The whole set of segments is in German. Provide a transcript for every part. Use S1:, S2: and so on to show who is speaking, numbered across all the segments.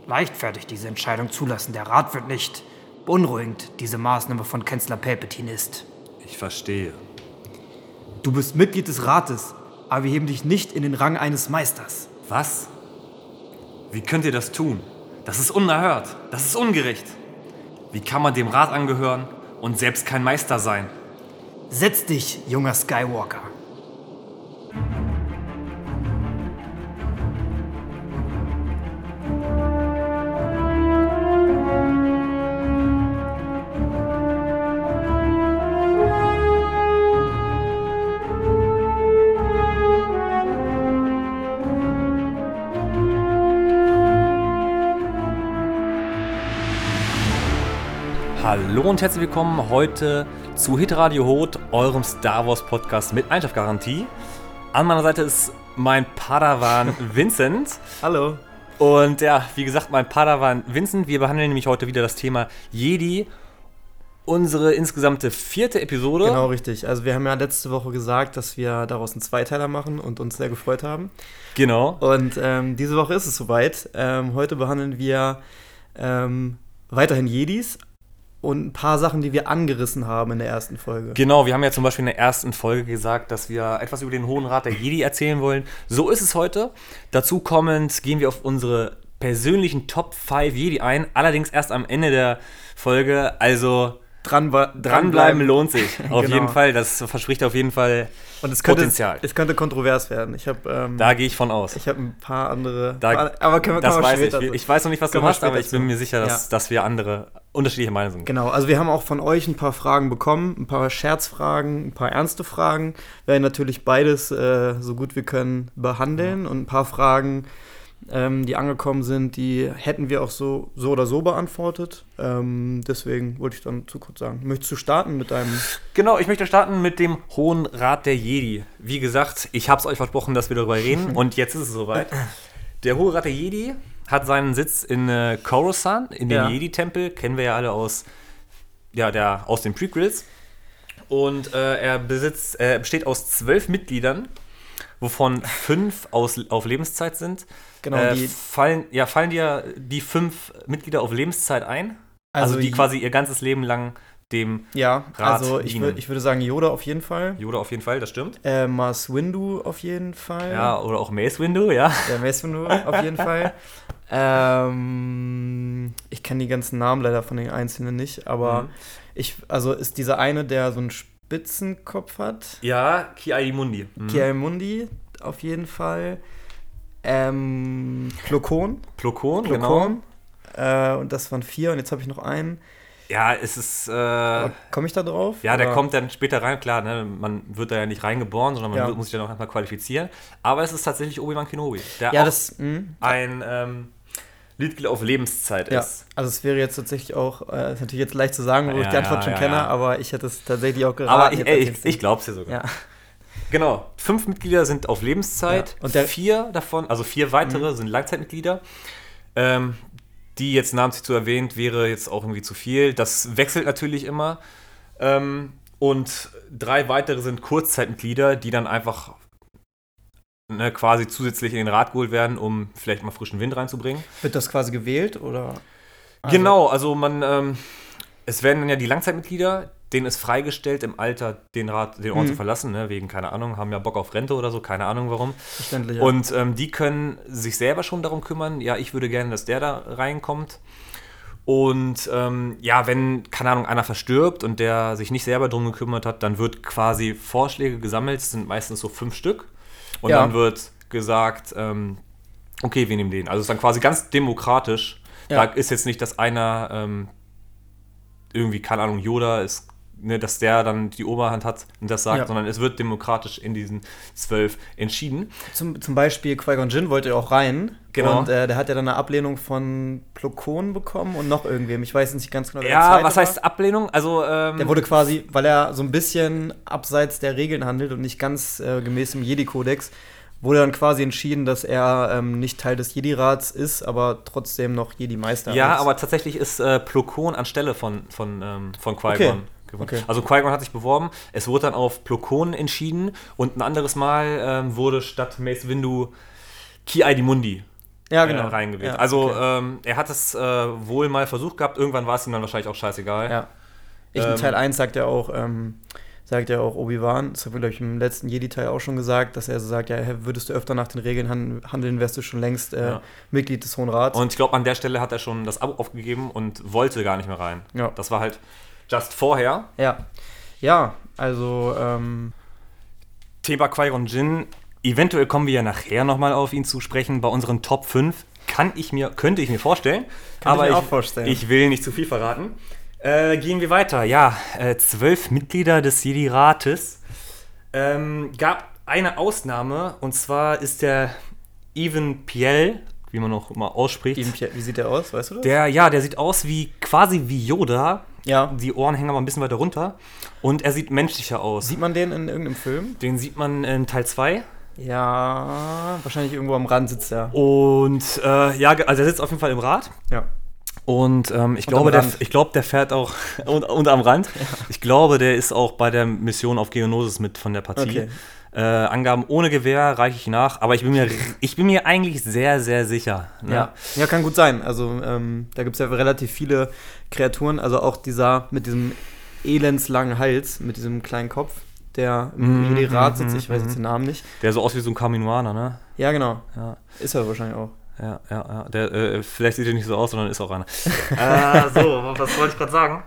S1: leichtfertig diese Entscheidung zulassen. Der Rat wird nicht beunruhigend, diese Maßnahme von Kanzler Palpatine ist.
S2: Ich verstehe.
S1: Du bist Mitglied des Rates, aber wir heben dich nicht in den Rang eines Meisters.
S2: Was? Wie könnt ihr das tun? Das ist unerhört. Das ist ungerecht. Wie kann man dem Rat angehören und selbst kein Meister sein?
S1: Setz dich, junger Skywalker.
S2: Hallo und herzlich willkommen heute zu Hitradio Hot, eurem Star Wars Podcast mit Einschlafgarantie. An meiner Seite ist mein Padawan Vincent.
S1: Hallo.
S2: Und ja, wie gesagt, mein Padawan Vincent. Wir behandeln nämlich heute wieder das Thema Jedi. Unsere insgesamte 4. Episode.
S3: Genau, richtig. Also wir haben ja letzte Woche gesagt, dass wir daraus einen Zweiteiler machen und uns sehr gefreut haben.
S2: Genau.
S3: Und diese Woche ist es soweit. Heute behandeln wir weiterhin Jedis und ein paar Sachen, die wir angerissen haben in der ersten Folge.
S2: Genau, wir haben ja zum Beispiel in der ersten Folge gesagt, dass wir etwas über den Hohen Rat der Jedi erzählen wollen. So ist es heute. Dazu kommend gehen wir auf unsere persönlichen Top 5 Jedi ein, allerdings erst am Ende der Folge, also dranbleiben lohnt sich. Auf
S3: Genau.
S2: jeden Fall, das verspricht auf jeden Fall
S3: Und es
S2: Potenzial.
S3: könnte kontrovers werden.
S2: Da gehe ich von aus.
S3: Ich habe ein paar andere.
S2: Aber
S3: können wir
S2: das weiß
S3: später
S2: ich. Ich weiß noch nicht, was du hast, aber ich bin
S3: zu.
S2: mir sicher, dass wir andere unterschiedliche Meinungen sind.
S3: Genau, also wir haben auch von euch ein paar Fragen bekommen, ein paar Scherzfragen, ein paar ernste Fragen. Wir werden natürlich beides so gut wir können behandeln und ein paar Fragen, die angekommen sind, die hätten wir auch so oder so beantwortet. Deswegen wollte ich dann zu kurz sagen. Möchtest du starten mit deinem...
S2: Genau, ich möchte starten mit dem Hohen Rat der Jedi. Wie gesagt, ich habe es euch versprochen, dass wir darüber reden und jetzt ist es soweit. Der Hohe Rat der Jedi hat seinen Sitz in Coruscant, in den Jedi-Tempel. Kennen wir ja alle aus den Prequels. Und er besteht aus 12 Mitgliedern, wovon 5 auf Lebenszeit sind.
S3: Genau,
S2: fallen dir die 5 Mitglieder auf Lebenszeit ein? Also die quasi ihr ganzes Leben lang dem Rat
S3: also
S2: dienen.
S3: ich würde sagen Yoda auf jeden Fall.
S2: Yoda auf jeden Fall, das stimmt.
S3: Mace Windu auf jeden Fall.
S2: Ja, oder auch Mace Windu, ja.
S3: Der Mace Windu auf jeden Fall. Ich kenne die ganzen Namen leider von den Einzelnen nicht, aber ist dieser eine, der so einen Spitzenkopf hat.
S2: Ja, Ki-Adi-Mundi.
S3: Ki-Adi-Mundi auf jeden Fall. Plo Koon,
S2: genau.
S3: Und das waren 4 und jetzt habe ich noch einen.
S2: Ja, es ist...
S3: komme ich da drauf?
S2: Ja, der kommt dann später rein, klar, ne? Man wird da ja nicht reingeboren, sondern man muss sich dann auch erstmal qualifizieren. Aber es ist tatsächlich Obi-Wan Kenobi, der ein Mitglied auf Lebenszeit ist.
S3: Also es wäre jetzt tatsächlich auch, ist natürlich jetzt leicht zu sagen, wo ich die Antwort schon kenne, aber ich hätte es tatsächlich auch geraten.
S2: Aber ich glaube es dir sogar.
S3: Ja.
S2: Genau, 5 Mitglieder sind auf Lebenszeit, und 4 davon, also 4 weitere sind Langzeitmitglieder. Die jetzt namentlich zu erwähnt, wäre jetzt auch irgendwie zu viel. Das wechselt natürlich immer. Und 3 weitere sind Kurzzeitmitglieder, die dann einfach quasi zusätzlich in den Rat geholt werden, um vielleicht mal frischen Wind reinzubringen.
S3: Wird das quasi gewählt, oder?
S2: Genau, also es werden dann ja die Langzeitmitglieder, denen ist freigestellt, im Alter den Ort zu verlassen, ne, wegen, keine Ahnung, haben ja Bock auf Rente oder so, keine Ahnung warum.
S3: Verständlich, ja.
S2: Und die können sich selber schon darum kümmern, ja, ich würde gerne, dass der da reinkommt. Und wenn, keine Ahnung, einer verstirbt und der sich nicht selber drum gekümmert hat, dann wird quasi Vorschläge gesammelt, das sind meistens so 5 Stück. Und dann wird gesagt, okay, wir nehmen den. Also es ist dann quasi ganz demokratisch. Ja. Da ist jetzt nicht, dass einer irgendwie, keine Ahnung, Yoda ist, dass der dann die Oberhand hat und das sagt, sondern es wird demokratisch in diesen 12 entschieden.
S3: Zum Beispiel Qui-Gon Jinn wollte ja auch rein.
S2: Genau.
S3: Und der hat ja dann eine Ablehnung von Plo Koon bekommen und noch irgendwem. Ich weiß nicht ganz genau, wer
S2: der
S3: zweite
S2: was heißt Ablehnung? Also,
S3: der wurde quasi, weil er so ein bisschen abseits der Regeln handelt und nicht ganz gemäß dem Jedi-Kodex, wurde dann quasi entschieden, dass er nicht Teil des Jedi-Rats ist, aber trotzdem noch Jedi-Meister ist.
S2: Ja, aber tatsächlich ist Plo Koon anstelle von Qui-Gon.
S3: Okay.
S2: Also Qui-Gon hat sich beworben, es wurde dann auf Plo Koon entschieden und ein anderes Mal wurde statt Mace Windu Ki-Adi-Mundi reingewählt.
S3: Ja,
S2: also
S3: okay.
S2: er hat es wohl mal versucht gehabt, irgendwann war es ihm dann wahrscheinlich auch scheißegal.
S3: Ja. In Teil 1 sagt ja auch Obi-Wan, das haben wir, glaube ich, im letzten Jedi-Teil auch schon gesagt, dass er so sagt, ja, würdest du öfter nach den Regeln handeln, wärst du schon längst Mitglied des Hohen Rats.
S2: Und ich glaube, an der Stelle hat er schon das Abo aufgegeben und wollte gar nicht mehr rein.
S3: Ja.
S2: Das war halt just vorher.
S3: Ja, also
S2: Thema Qui-Gon Jinn, eventuell kommen wir ja nachher nochmal auf ihn zu sprechen. Bei unseren Top 5 könnte ich mir vorstellen.
S3: Kann ich mir auch vorstellen.
S2: Ich will nicht zu viel verraten. Gehen wir weiter. Ja, 12 Mitglieder des Jedi-Rates. Gab eine Ausnahme, und zwar ist der Even Piell, wie man auch immer ausspricht.
S3: Even Piell, wie sieht der aus, weißt du das?
S2: Der sieht aus quasi wie Yoda.
S3: Ja.
S2: Die Ohren hängen aber ein bisschen weiter runter. Und er sieht menschlicher aus.
S3: Sieht man den in irgendeinem Film?
S2: Den sieht man in Teil 2.
S3: Ja, wahrscheinlich irgendwo am Rand sitzt er.
S2: Und also er sitzt auf jeden Fall im Rad.
S3: Ja.
S2: Und ich glaube, der fährt auch und am Rand. Ja. Ich glaube, der ist auch bei der Mission auf Geonosis mit von der Partie. Okay. Angaben ohne Gewehr reiche ich nach, aber ich bin mir eigentlich sehr, sehr sicher. Ne?
S3: Ja, kann gut sein. Also da gibt es ja relativ viele Kreaturen, also auch dieser mit diesem elendslangen Hals, mit diesem kleinen Kopf, der im Jedi-Rat sitzt, ich weiß jetzt den Namen nicht.
S2: Der so aus wie so ein Kaminoaner, ne?
S3: Ja, genau.
S2: Ja.
S3: Ist er wahrscheinlich auch.
S2: Ja. Der, vielleicht sieht er nicht so aus, sondern ist auch einer. Was wollte ich gerade sagen?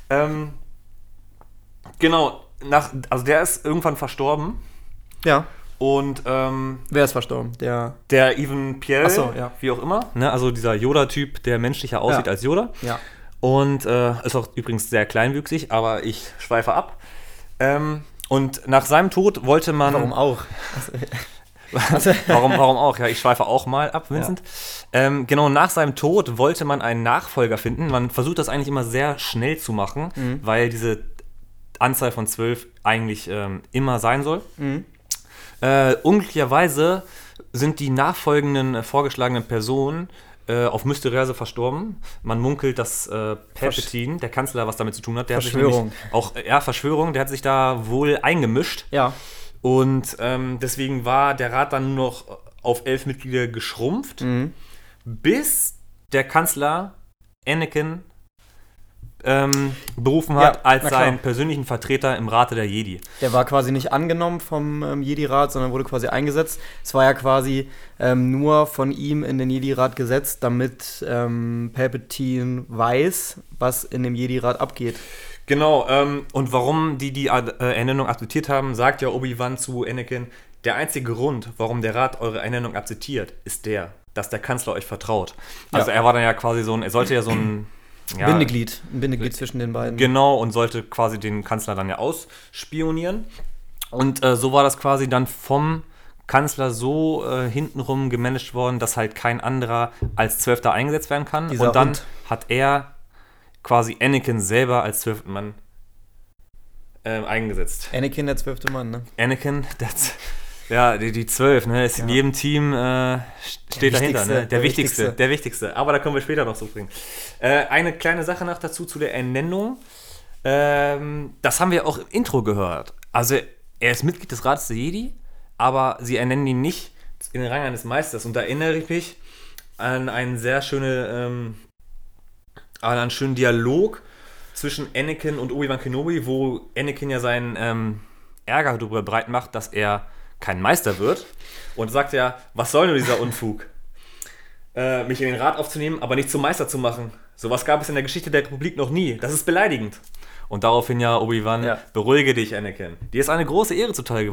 S2: Genau, also der ist irgendwann verstorben.
S3: Ja.
S2: Und
S3: wer ist verstorben? Der
S2: Even Piell,
S3: ja.
S2: Wie auch immer. Ne? Also dieser Yoda-Typ, der menschlicher aussieht als Yoda.
S3: Ja.
S2: Und ist auch übrigens sehr kleinwüchsig, aber ich schweife ab. Und nach seinem Tod wollte man...
S3: Warum auch?
S2: Warum auch? Ja, ich schweife auch mal ab, Vincent. Ja. Genau, nach seinem Tod wollte man einen Nachfolger finden. Man versucht das eigentlich immer sehr schnell zu machen, weil diese Anzahl von 12 eigentlich immer sein soll. Unglücklicherweise sind die nachfolgenden vorgeschlagenen Personen auf Mysteriöse verstorben. Man munkelt, dass Palpatine, der Kanzler, was damit zu tun hat. Der
S3: Verschwörung.
S2: Verschwörung, der hat sich da wohl eingemischt.
S3: Ja.
S2: Und deswegen war der Rat dann nur noch auf 11 Mitglieder geschrumpft, bis der Kanzler Anakin berufen hat als seinen persönlichen Vertreter im Rate der Jedi.
S3: Der war quasi nicht angenommen vom Jedi-Rat, sondern wurde quasi eingesetzt. Es war ja quasi nur von ihm in den Jedi-Rat gesetzt, damit Palpatine weiß, was in dem Jedi-Rat abgeht.
S2: Genau, und warum die Ernennung akzeptiert haben, sagt ja Obi-Wan zu Anakin, der einzige Grund, warum der Rat eure Ernennung akzeptiert, ist dass der Kanzler euch vertraut. Also er war dann ja quasi er sollte ja so ein
S3: Bindeglied zwischen den beiden.
S2: Genau, und sollte quasi den Kanzler dann ja ausspionieren. Und so war das quasi dann vom Kanzler so hintenrum gemanagt worden, dass halt kein anderer als 12. eingesetzt werden kann. Und dann hat er quasi Anakin selber als 12. Mann eingesetzt.
S3: Anakin, der 12. Mann, ne?
S2: Anakin, die 12, ne? Ist in jedem Team steht dahinter, ne? Der Wichtigste. Aber da können wir später noch so bringen. Eine kleine Sache noch dazu zu der Ernennung. Das haben wir auch im Intro gehört. Also, er ist Mitglied des Rates der Jedi, aber sie ernennen ihn nicht in den Rang eines Meisters. Und da erinnere ich mich an einen sehr schönen Dialog zwischen Anakin und Obi-Wan Kenobi, wo Anakin ja seinen Ärger darüber breit macht, dass er kein Meister wird. Und sagt ja, was soll nur dieser Unfug? Mich in den Rat aufzunehmen, aber nicht zum Meister zu machen. Sowas gab es in der Geschichte der Republik noch nie. Das ist beleidigend. Und daraufhin ja Obi-Wan, beruhige dich, Anakin. Dir ist eine große Ehre zuteil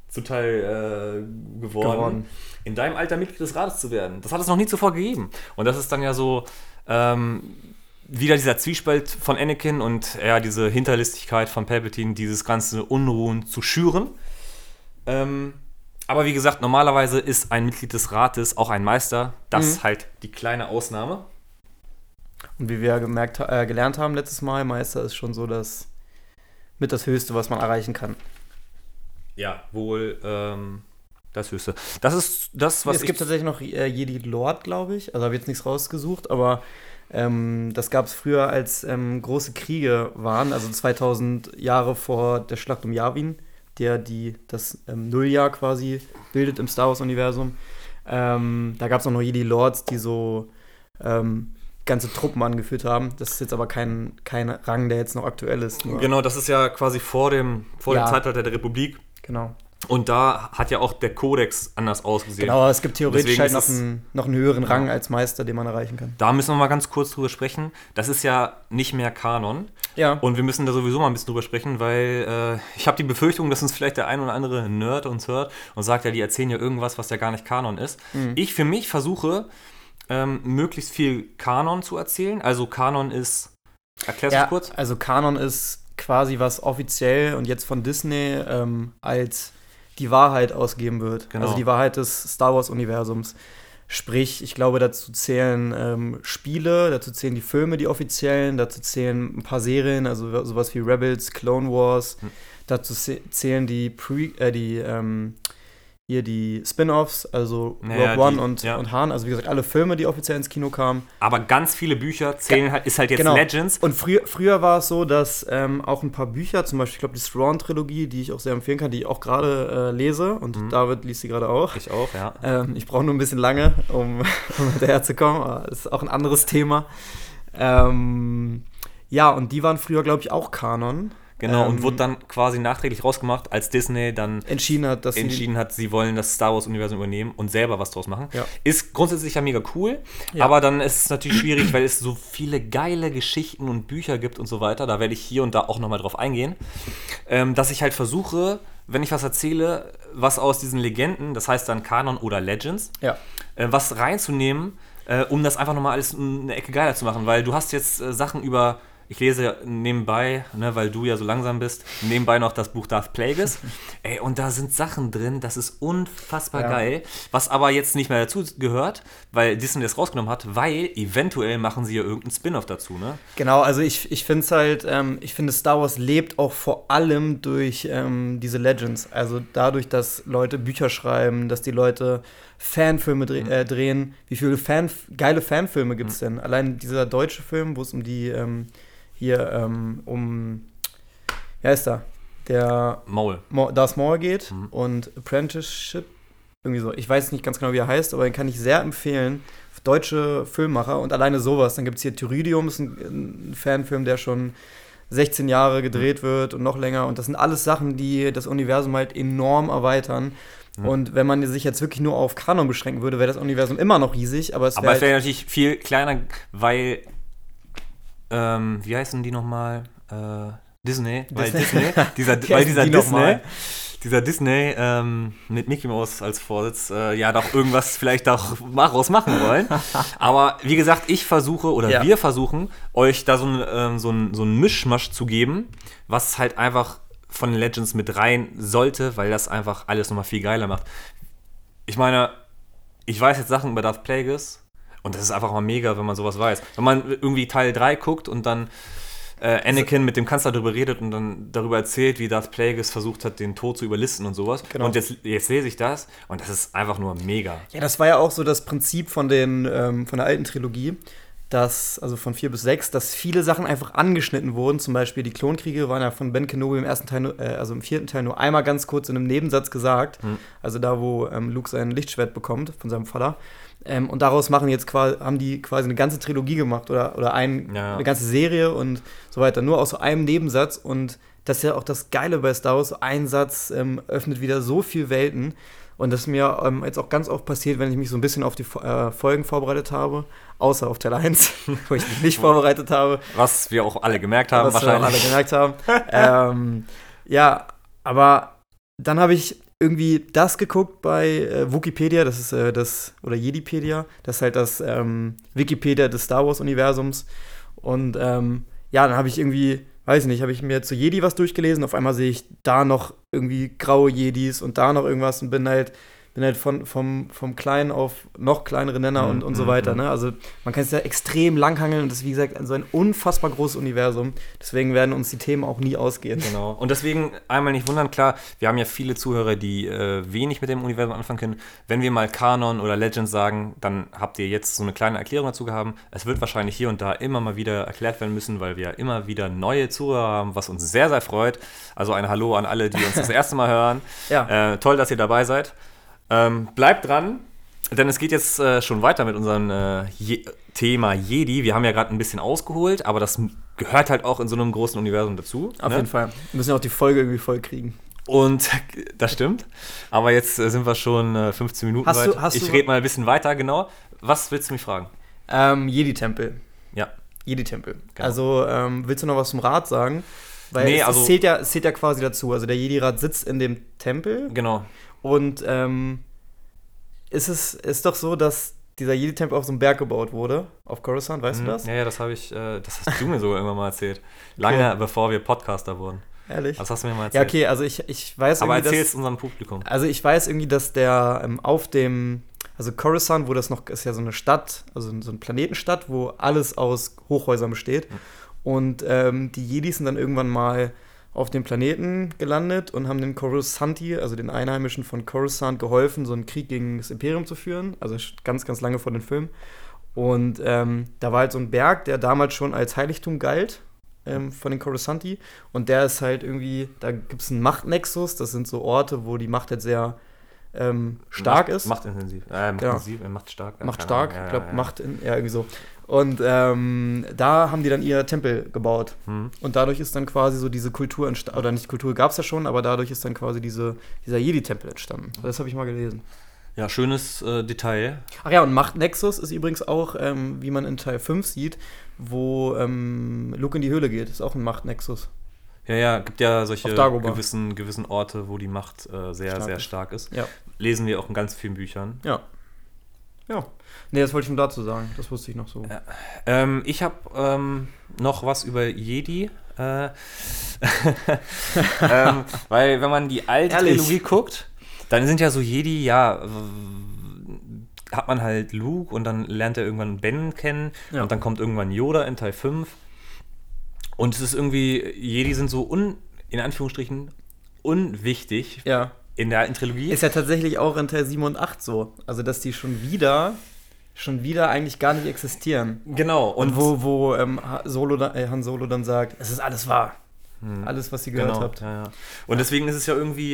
S2: geworden, in deinem Alter Mitglied des Rates zu werden. Das hat es noch nie zuvor gegeben. Und das ist dann ja so wieder dieser Zwiespalt von Anakin und diese Hinterlistigkeit von Palpatine, dieses ganze Unruhen zu schüren. Aber wie gesagt, normalerweise ist ein Mitglied des Rates auch ein Meister. Das ist halt die kleine Ausnahme.
S3: Und wie wir gelernt haben letztes Mal, Meister ist schon so das Höchste, was man erreichen kann.
S2: Ja, wohl das Höchste. Das ist das, was
S3: es gibt tatsächlich noch Jedi Lord, glaube ich. Also habe ich jetzt nichts rausgesucht, aber das gab es früher, als große Kriege waren, also 2000 Jahre vor der Schlacht um Yavin, das Nulljahr quasi bildet im Star Wars-Universum. Da gab es auch noch Jedi Lords, die so ganze Truppen angeführt haben. Das ist jetzt aber kein Rang, der jetzt noch aktuell ist.
S2: Genau, das ist ja quasi vor dem Zeitalter der Republik.
S3: Genau.
S2: Und da hat ja auch der Kodex anders ausgesehen.
S3: Genau, aber es gibt theoretisch halt noch einen höheren Rang
S2: Ja.
S3: als Meister, den man erreichen kann.
S2: Da müssen wir mal ganz kurz drüber sprechen. Das ist ja nicht mehr Kanon.
S3: Ja.
S2: Und wir müssen da sowieso mal ein bisschen drüber sprechen, weil ich habe die Befürchtung, dass uns vielleicht der ein oder andere Nerd uns hört und sagt, ja, die erzählen ja irgendwas, was ja gar nicht Kanon ist. Ich für mich versuche, möglichst viel Kanon zu erzählen. Also Kanon ist, erklärst du kurz?
S3: Also Kanon ist quasi, was offiziell und jetzt von Disney als die Wahrheit ausgegeben wird.
S2: Genau.
S3: Also die Wahrheit des Star Wars-Universums. Sprich, ich glaube, dazu zählen Spiele, dazu zählen die Filme, die offiziellen, dazu zählen ein paar Serien, also sowas wie Rebels, Clone Wars, dazu zählen die die Spin-Offs, also
S2: Naja,
S3: Rogue One und
S2: ja.
S3: Han, also wie gesagt, alle Filme, die offiziell ins Kino kamen.
S2: Aber ganz viele Bücher zählen halt, ist halt jetzt
S3: Genau.
S2: Legends.
S3: Und früher war es so, dass auch ein paar Bücher, zum Beispiel, ich glaube, die Thrawn-Trilogie, die ich auch sehr empfehlen kann, die ich auch gerade lese, und David liest sie gerade auch.
S2: Ich auch, ja.
S3: Ich brauche nur ein bisschen lange, um hinterherzukommen, aber das ist auch ein anderes Thema. Ja, und die waren früher, glaube ich, auch Kanon.
S2: Genau, und wurde dann quasi nachträglich rausgemacht, als Disney dann
S3: entschieden hat,
S2: sie wollen das Star Wars-Universum übernehmen und selber was draus machen.
S3: Ja.
S2: Ist grundsätzlich ja mega cool,
S3: Ja.
S2: aber dann ist es natürlich schwierig, weil es so viele geile Geschichten und Bücher gibt und so weiter. Da werde ich hier und da auch nochmal drauf eingehen. Dass ich halt versuche, wenn ich was erzähle, was aus diesen Legenden, das heißt dann Kanon oder Legends,
S3: ja.
S2: was reinzunehmen, um das einfach nochmal alles eine Ecke geiler zu machen. Weil du hast jetzt Sachen über... Ich lese nebenbei, ne, weil du ja so langsam bist, nebenbei noch das Buch Darth Plagueis. Ey, und da sind Sachen drin, das ist unfassbar geil. Was aber jetzt nicht mehr dazu gehört, weil Disney das rausgenommen hat, weil eventuell machen sie ja irgendeinen Spin-off dazu, ne?
S3: Genau, also ich finde es halt, ich finde Star Wars lebt auch vor allem durch diese Legends. Also dadurch, dass Leute Bücher schreiben, dass die Leute Fanfilme drehen. Wie viele geile Fanfilme gibt es denn? Allein dieser deutsche Film, wo es um die wie heißt er? Der Darth Maul geht und Apprenticeship, irgendwie so. Ich weiß nicht ganz genau, wie er heißt, aber den kann ich sehr empfehlen. Deutsche Filmmacher und alleine sowas. Dann gibt es hier Tyridium, ist ein Fanfilm, der schon 16 Jahre gedreht wird und noch länger. Und das sind alles Sachen, die das Universum halt enorm erweitern. Und wenn man sich jetzt wirklich nur auf Kanon beschränken würde, wäre das Universum immer noch riesig. Aber es wäre
S2: natürlich viel kleiner, weil wie heißen die nochmal? Disney. Weil Disney, dieser Disney mit Mickey Mouse als Vorsitz doch irgendwas vielleicht auch daraus machen wollen. Aber wie gesagt, wir versuchen, euch da so einen Mischmasch zu geben, was halt einfach von den Legends mit rein sollte, weil das einfach alles nochmal viel geiler macht. Ich meine, ich weiß jetzt Sachen über Darth Plagueis und das ist einfach mal mega, wenn man sowas weiß. Wenn man irgendwie Teil 3 guckt und dann Anakin mit dem Kanzler darüber redet und dann darüber erzählt, wie Darth Plagueis versucht hat, den Tod zu überlisten und sowas.
S3: Genau.
S2: Und jetzt lese ich das und das ist einfach nur mega.
S3: Ja, das war ja auch so das Prinzip von der alten Trilogie, also von 4 bis 6, dass viele Sachen einfach angeschnitten wurden. Zum Beispiel die Klonkriege waren ja von Ben Kenobi im 4. Teil nur einmal ganz kurz in einem Nebensatz gesagt. Also da, wo Luke sein Lichtschwert bekommt von seinem Vater. Und daraus haben die quasi eine ganze Trilogie gemacht oder eine ganze Serie und so weiter. Nur aus so einem Nebensatz. Und das ist ja auch das Geile bei Star Wars. Ein Satz öffnet wieder so viele Welten. Und das ist mir jetzt auch ganz oft passiert, wenn ich mich so ein bisschen auf die Folgen vorbereitet habe. Außer auf Teil 1, wo ich mich nicht vorbereitet habe.
S2: Was wir auch alle gemerkt haben,
S3: Ja, aber dann habe ich irgendwie das geguckt bei Wikipedia, das ist oder Jedipedia, das ist halt das Wikipedia des Star Wars-Universums. Und dann habe ich irgendwie, weiß nicht, habe ich mir zu Jedi was durchgelesen, auf einmal sehe ich da noch irgendwie graue Jedis und da noch irgendwas und bin halt vom Kleinen auf noch kleinere Nenner und so weiter. Ne? Also man kann es ja extrem langhangeln und das ist, wie gesagt, so ein unfassbar großes Universum. Deswegen werden uns die Themen auch nie ausgehen.
S2: Genau. Und deswegen einmal nicht wundern, klar, wir haben ja viele Zuhörer, die wenig mit dem Universum anfangen können. Wenn wir mal Kanon oder Legends sagen, dann habt ihr jetzt so eine kleine Erklärung dazu gehabt. Es wird wahrscheinlich hier und da immer mal wieder erklärt werden müssen, weil wir immer wieder neue Zuhörer haben, was uns sehr, sehr freut. Also ein Hallo an alle, die uns das erste Mal hören.
S3: Ja.
S2: Toll, dass ihr dabei seid. Bleibt dran. denn es geht jetzt schon weiter mit unserem Thema Jedi. Wir haben ja gerade ein bisschen ausgeholt, aber das gehört halt auch in so einem großen Universum dazu.
S3: Auf jeden Fall. Wir müssen ja auch die Folge irgendwie voll kriegen.
S2: Und das stimmt. Aber jetzt sind wir schon 15 Minuten weit. Ich rede mal ein bisschen weiter, genau. Was willst du mich fragen?
S3: Jedi-Tempel.
S2: Ja.
S3: Jedi-Tempel.
S2: Genau.
S3: Also, willst du noch was zum Rat sagen? Weil es zählt ja quasi dazu. Also der Jedi-Rat sitzt in dem Tempel.
S2: Genau.
S3: Und ist doch so, dass dieser Jedi-Tempel auf so einem Berg gebaut wurde, auf Coruscant, weißt du das?
S2: Ja, das hast du mir sogar irgendwann mal erzählt. Lange bevor wir Podcaster wurden.
S3: Ehrlich?
S2: Das hast du mir mal erzählt.
S3: Ja, okay, also ich weiß
S2: aber
S3: irgendwie,
S2: erzähl es unserem Publikum.
S3: Also ich weiß irgendwie, dass der also Coruscant, wo das noch, ist ja so eine Stadt, also so eine Planetenstadt, wo alles aus Hochhäusern besteht. Und die Jedis sind dann irgendwann mal auf dem Planeten gelandet und haben den Coruscanti, also den Einheimischen von Coruscant, geholfen, so einen Krieg gegen das Imperium zu führen. Also ganz, ganz lange vor den Film. Und da war halt so ein Berg, der damals schon als Heiligtum galt von den Coruscanti. Und der ist halt irgendwie, da gibt es einen Machtnexus. Das sind so Orte, wo die Macht halt sehr stark ist.
S2: Machtintensiv. Macht stark.
S3: Macht stark, ich glaube, ja, irgendwie so. Und da haben die dann ihr Tempel gebaut. Und dadurch ist dann quasi so diese Kultur entstanden, oder nicht Kultur gab es ja schon, aber dadurch ist dann quasi dieser Jedi-Tempel entstanden. Das habe ich mal gelesen.
S2: Ja, schönes Detail.
S3: Ach ja, und Macht-Nexus ist übrigens auch, wie man in Teil 5 sieht, wo Luke in die Höhle geht. Ist auch ein Macht-Nexus.
S2: Ja, gibt ja solche gewissen Orte, wo die Macht sehr stark ist.
S3: Ja.
S2: Lesen wir auch in ganz vielen Büchern.
S3: Ja. Nee, das wollte ich nur dazu sagen. Das wusste ich noch so.
S2: Ja. Ich habe noch was über Jedi. Weil, wenn man die alte Trilogie guckt, dann sind ja so Jedi, hat man halt Luke und dann lernt er irgendwann Ben kennen und dann kommt irgendwann Yoda in Teil 5. Und es ist irgendwie, Jedi sind so in Anführungsstrichen unwichtig in der alten Trilogie.
S3: Ist ja tatsächlich auch in Teil 7 und 8 so. Also, dass die schon wieder eigentlich gar nicht existieren.
S2: Genau.
S3: Und wo Han Solo dann sagt, es ist alles wahr. Alles, was ihr gehört habt.
S2: Ja. Und deswegen ist es ja irgendwie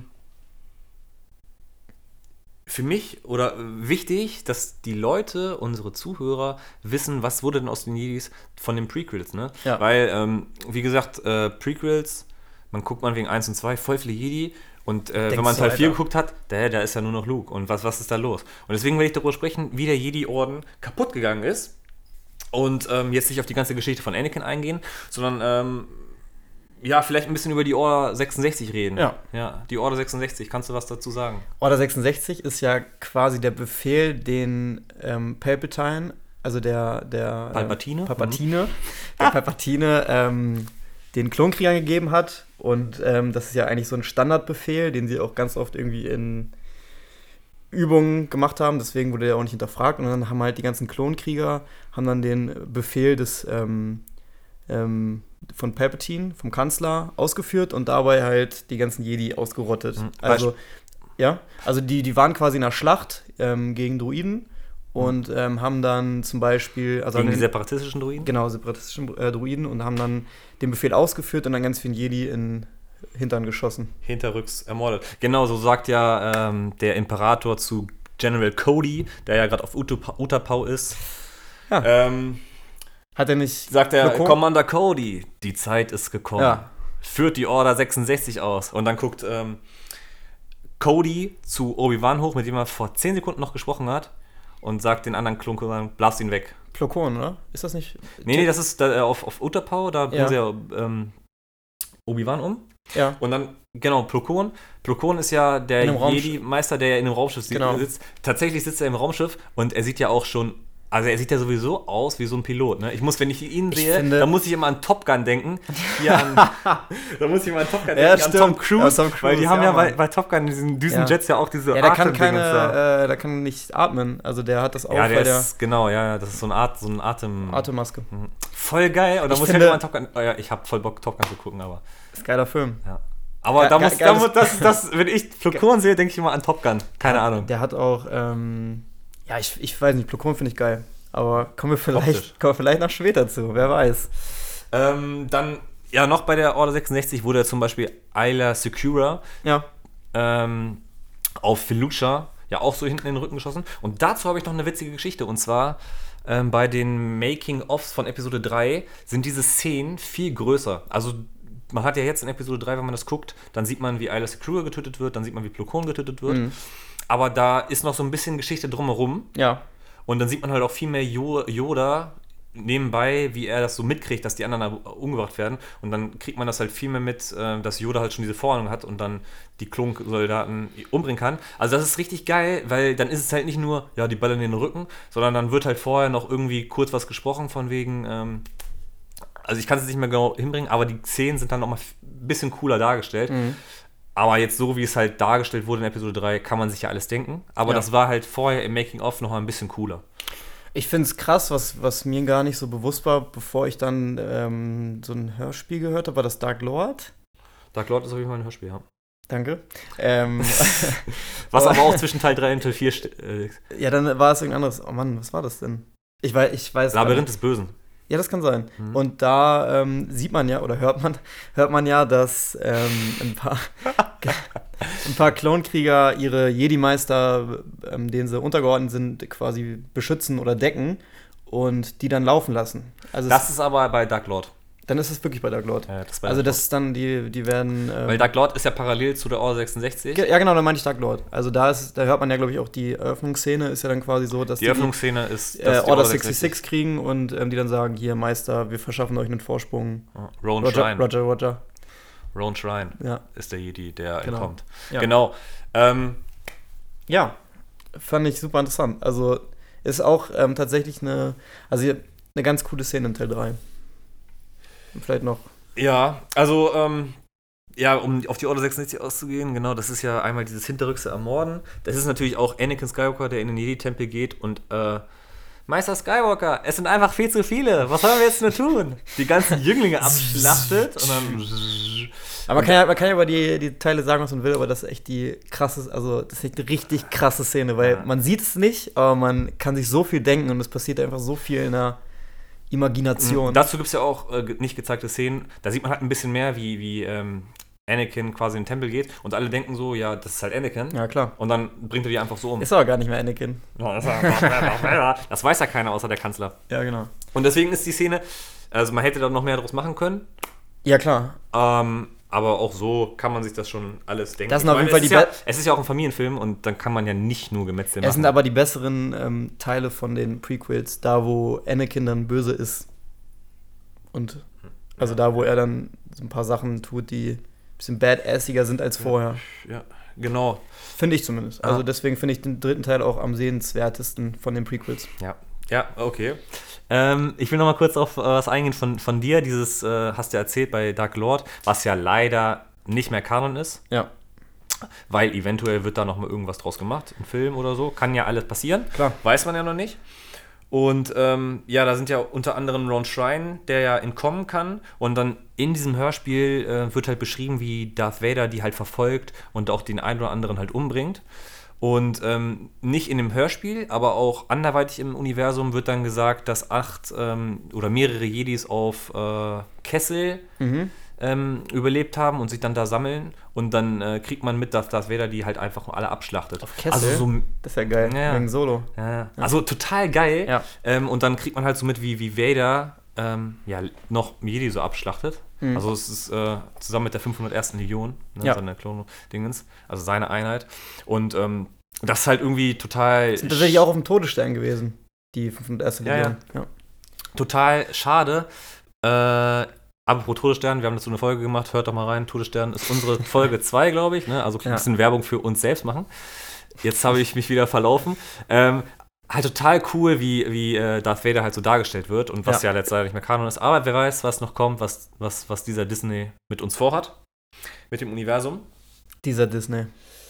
S2: für mich oder wichtig, dass die Leute, unsere Zuhörer, wissen, was wurde denn aus den Jedis von den Prequels, ne? Ja. Weil, wie gesagt, Prequels, man guckt wegen 1 und 2, voll viele Jedi. Und wenn man Teil 4 geguckt hat, da ist ja nur noch Luke. Und was ist da los? Und deswegen will ich darüber sprechen, wie der Jedi-Orden kaputt gegangen ist. Und jetzt nicht auf die ganze Geschichte von Anakin eingehen, sondern vielleicht ein bisschen über die Order 66 reden. Ja, die Order 66. Kannst du was dazu sagen?
S3: Order 66 ist ja quasi der Befehl, den Palpatine, also der
S2: Palpatine,
S3: der Palpatine den Klonkriegern gegeben hat. Und das ist ja eigentlich so ein Standardbefehl, den sie auch ganz oft irgendwie in Übungen gemacht haben. Deswegen wurde der auch nicht hinterfragt. Und dann haben halt die ganzen Klonkrieger den Befehl des von Palpatine, vom Kanzler, ausgeführt und dabei halt die ganzen Jedi ausgerottet. Also die waren quasi in einer Schlacht gegen Druiden und haben dann zum Beispiel...
S2: gegen die separatistischen Druiden?
S3: Genau, separatistischen Druiden und haben dann den Befehl ausgeführt und dann ganz vielen Jedi in Hintern geschossen.
S2: Hinterrücks ermordet. Genau, so sagt ja der Imperator zu General Cody, der ja gerade auf Utapau ist.
S3: Ja. Hat er nicht...
S2: Sagt er, Commander Cody, die Zeit ist gekommen. Ja. Führt die Order 66 aus. Und dann guckt Cody zu Obi-Wan hoch, mit dem er vor 10 Sekunden noch gesprochen hat. Und sagt den anderen Klonkriegern, blast ihn weg.
S3: Plo Koon, oder? Ist das nicht...
S2: Nee, das ist auf Utapau, da bringen sie ja Obi-Wan um.
S3: Ja.
S2: Und dann, genau, Plo Koon. Plo Koon ist ja der Jedi-Meister, der in einem Raumschiff sitzt. Tatsächlich sitzt er im Raumschiff und er sieht ja auch schon... Also er sieht ja sowieso aus wie so ein Pilot, ne? Wenn ich ihn sehe, dann muss ich immer an Top Gun denken. An Tom Cruise, weil die haben ja bei Top Gun diesen Düsenjets ja auch diese
S3: der kann nicht atmen, also der hat das auch
S2: bei der... das ist so eine
S3: Atemmaske.
S2: Voll geil, und da muss ich immer an Top Gun... ich hab voll Bock, Top Gun zu gucken, aber...
S3: Ist ein geiler Film.
S2: Ja. Aber wenn ich Plo Koon sehe, denke ich immer an Top Gun. Keine Ahnung.
S3: Der hat auch... ich weiß nicht, Plo Koon finde ich geil. Aber kommen wir vielleicht noch später zu, wer weiß.
S2: Dann, noch bei der Order 66 wurde ja zum Beispiel Ayla Secura auf Felucia ja auch so hinten in den Rücken geschossen. Und dazu habe ich noch eine witzige Geschichte. Und zwar bei den Making-ofs von Episode 3 sind diese Szenen viel größer. Also man hat ja jetzt in Episode 3, wenn man das guckt, dann sieht man, wie Ilas Kruger getötet wird, dann sieht man, wie Plo Koon getötet wird. Aber da ist noch so ein bisschen Geschichte drumherum.
S3: Ja.
S2: Und dann sieht man halt auch viel mehr Yoda nebenbei, wie er das so mitkriegt, dass die anderen umgebracht werden. Und dann kriegt man das halt viel mehr mit, dass Yoda halt schon diese Vorahnung hat und dann die Klonsoldaten umbringen kann. Also das ist richtig geil, weil dann ist es halt nicht nur, ja, die ballern in den Rücken, sondern dann wird halt vorher noch irgendwie kurz was gesprochen von wegen, also ich kann es nicht mehr genau hinbringen, aber die Szenen sind dann noch mal ein bisschen cooler dargestellt. Aber jetzt so, wie es halt dargestellt wurde in Episode 3, kann man sich ja alles denken. Aber das war halt vorher im Making-of noch mal ein bisschen cooler.
S3: Ich finde es krass, was mir gar nicht so bewusst war, bevor ich dann so ein Hörspiel gehört habe, war das Dark Lord.
S2: Dark Lord ist auf jeden Fall ein Hörspiel, ja.
S3: Danke.
S2: Was aber auch zwischen Teil 3 und Teil 4
S3: ja, dann war es irgendein anderes. Oh Mann, was war das denn? Ich weiß
S2: Labyrinth des Bösen.
S3: Ja, das kann sein. Und da sieht man ja, oder hört man ja, dass ein paar Klonkrieger ihre Jedi-Meister, denen sie untergeordnet sind, quasi beschützen oder decken und die dann laufen lassen. Also
S2: das ist aber bei Dark Lord.
S3: Dann ist es wirklich bei Dark Lord.
S2: Ja,
S3: das ist dann, die werden...
S2: weil Dark Lord ist ja parallel zu der Order 66.
S3: Ja, genau, da meinte ich Dark Lord. Also da hört man ja, glaube ich, auch die Eröffnungsszene ist ja dann quasi so, dass
S2: die Eröffnungsszene ist,
S3: dass Order 66 kriegen und die dann sagen, hier, Meister, wir verschaffen euch einen Vorsprung.
S2: Rowan Shrine.
S3: Roger.
S2: Rowan Shrine ist der Jedi, der entkommt.
S3: Ja.
S2: Genau.
S3: Ja, fand ich super interessant. Also ist auch tatsächlich eine ganz coole Szene in Teil 3. Vielleicht noch.
S2: Ja, also, um auf die Order 66 auszugehen, genau, das ist ja einmal dieses hinterrückse Ermorden. Das ist natürlich auch Anakin Skywalker, der in den Jedi-Tempel geht und, Meister Skywalker, es sind einfach viel zu viele. Was sollen wir jetzt nur tun? Die ganzen Jünglinge abschlachtet und dann...
S3: Aber man kann ja über die Teile sagen, was man will, aber das ist echt das ist echt eine richtig krasse Szene, weil man sieht es nicht, aber man kann sich so viel denken und es passiert einfach so viel in der Imagination.
S2: Dazu gibt es ja auch nicht gezeigte Szenen. Da sieht man halt ein bisschen mehr, wie Anakin quasi in den Tempel geht und alle denken so, ja, das ist halt Anakin.
S3: Ja, klar.
S2: Und dann bringt er die einfach so um.
S3: Ist aber gar nicht mehr Anakin.
S2: Das weiß ja keiner außer der Kanzler.
S3: Ja, genau.
S2: Und deswegen ist die Szene, also man hätte da noch mehr draus machen können.
S3: Ja, klar.
S2: Aber auch so kann man sich das schon alles denken.
S3: Das sind auf jeden Fall
S2: es ist ja auch ein Familienfilm und dann kann man ja nicht nur Gemetzel machen.
S3: Es sind aber die besseren Teile von den Prequels, da wo Anakin dann böse ist. Und also da, wo er dann so ein paar Sachen tut, die ein bisschen badassiger sind als vorher.
S2: Ja, genau.
S3: Finde ich zumindest. Also deswegen finde ich den dritten Teil auch am sehenswertesten von den Prequels.
S2: Ja, okay. Ich will noch mal kurz auf was eingehen von dir. Dieses hast du ja erzählt bei Dark Lord, was ja leider nicht mehr Kanon ist.
S3: Ja.
S2: Weil eventuell wird da noch mal irgendwas draus gemacht, ein Film oder so. Kann ja alles passieren.
S3: Klar.
S2: Weiß man ja noch nicht. Und da sind ja unter anderem Rowan Shrine, der ja entkommen kann. Und dann in diesem Hörspiel wird halt beschrieben, wie Darth Vader die halt verfolgt und auch den einen oder anderen halt umbringt. Und nicht in dem Hörspiel, aber auch anderweitig im Universum wird dann gesagt, dass 8 oder mehrere Jedis auf Kessel überlebt haben und sich dann da sammeln. Und dann kriegt man mit, dass Darth Vader die halt einfach alle abschlachtet.
S3: Auf Kessel?
S2: Also so,
S3: das ist ja geil, wegen Solo.
S2: Ja. Also total geil.
S3: Ja.
S2: Und dann kriegt man halt so mit, wie Vader noch Jedi so abschlachtet. Also es ist zusammen mit der 501. Legion, seine Klon-Dingens, also seine Einheit. Und das ist halt irgendwie total...
S3: Sind tatsächlich auch auf dem Todesstern gewesen, die 501. Legion.
S2: Ja. Total schade. Apropos Todesstern, wir haben dazu eine Folge gemacht, hört doch mal rein. Todesstern ist unsere Folge 2, glaube ich. Ne? Also ein bisschen Werbung für uns selbst machen. Jetzt habe ich mich wieder verlaufen. Halt total cool, wie Darth Vader halt so dargestellt wird und was ja letztendlich nicht mehr Kanon ist. Aber wer weiß, was noch kommt, was dieser Disney mit uns vorhat. Mit dem Universum.
S3: Dieser Disney.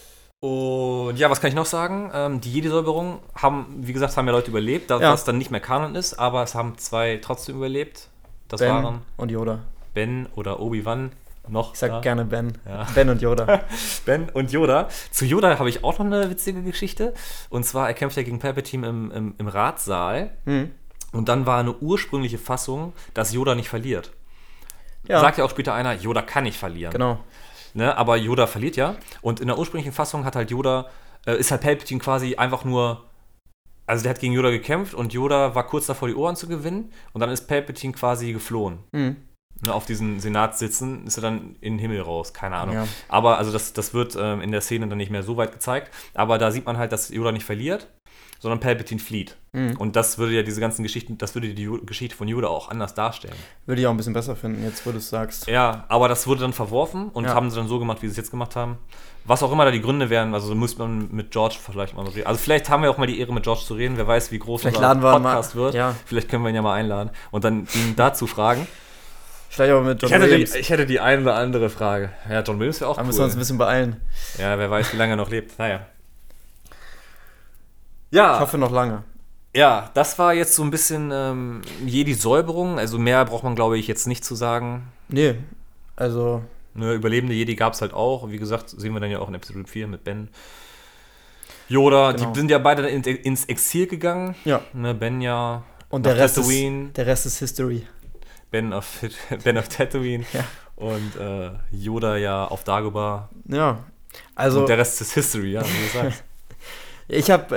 S2: Und ja, was kann ich noch sagen? Die Jedi-Säuberung haben ja Leute überlebt, was dann nicht mehr Kanon ist, aber es haben 2 trotzdem überlebt. Das
S3: Ben
S2: waren
S3: und Yoda.
S2: Ben oder Obi-Wan. Noch.
S3: Ich sag gerne Ben.
S2: Ja.
S3: Ben und Yoda.
S2: Ben und Yoda. Zu Yoda habe ich auch noch eine witzige Geschichte. Und zwar, er kämpft ja gegen Palpatine im Ratssaal. Und dann war eine ursprüngliche Fassung, dass Yoda nicht verliert. Ja. Sagt ja auch später einer, Yoda kann nicht verlieren.
S3: Genau.
S2: Ne, aber Yoda verliert ja. Und in der ursprünglichen Fassung hat halt Yoda ist halt Palpatine quasi einfach nur, also der hat gegen Yoda gekämpft und Yoda war kurz davor, die Ohren zu gewinnen und dann ist Palpatine quasi geflohen.
S3: Mhm.
S2: Ne, auf diesen Senatssitzen ist er dann in den Himmel raus, keine Ahnung.
S3: Ja.
S2: Aber also das wird in der Szene dann nicht mehr so weit gezeigt, aber da sieht man halt, dass Yoda nicht verliert, sondern Palpatine flieht.
S3: Mhm.
S2: Und das würde ja diese ganzen Geschichten, das würde die Geschichte von Yoda auch anders darstellen.
S3: Würde ich auch ein bisschen besser finden, jetzt wo du es sagst.
S2: Ja, aber das wurde dann verworfen und haben sie dann so gemacht, wie sie es jetzt gemacht haben. Was auch immer da die Gründe wären, also müsste man mit George vielleicht mal reden. Also vielleicht haben wir auch mal die Ehre, mit George zu reden. Wer weiß, wie groß unser Podcast wird.
S3: Ja.
S2: Vielleicht können wir ihn ja mal einladen und dann ihn dazu fragen.
S3: Vielleicht auch mit John
S2: Williams. Ich hätte die eine oder andere Frage. Ja, John Williams wäre auch
S3: cool. Da müssen
S2: wir
S3: uns ein bisschen beeilen.
S2: Ja, wer weiß, wie lange er noch lebt. Naja. Ja.
S3: Ich hoffe noch lange.
S2: Ja, das war jetzt so ein bisschen Jedi-Säuberung. Also mehr braucht man, glaube ich, jetzt nicht zu sagen.
S3: Nee, also...
S2: Ne, überlebende Jedi gab es halt auch. Wie gesagt, sehen wir dann ja auch in Episode 4 mit Ben. Yoda, genau. Die sind ja beide ins Exil gegangen.
S3: Ja.
S2: Ne, Ben ja
S3: und der Rest ist History.
S2: Ben auf Tatooine. Ja. Und Yoda ja auf Dagobah.
S3: Ja, also...
S2: Und der Rest ist History, ja, wie gesagt.
S3: Ich habe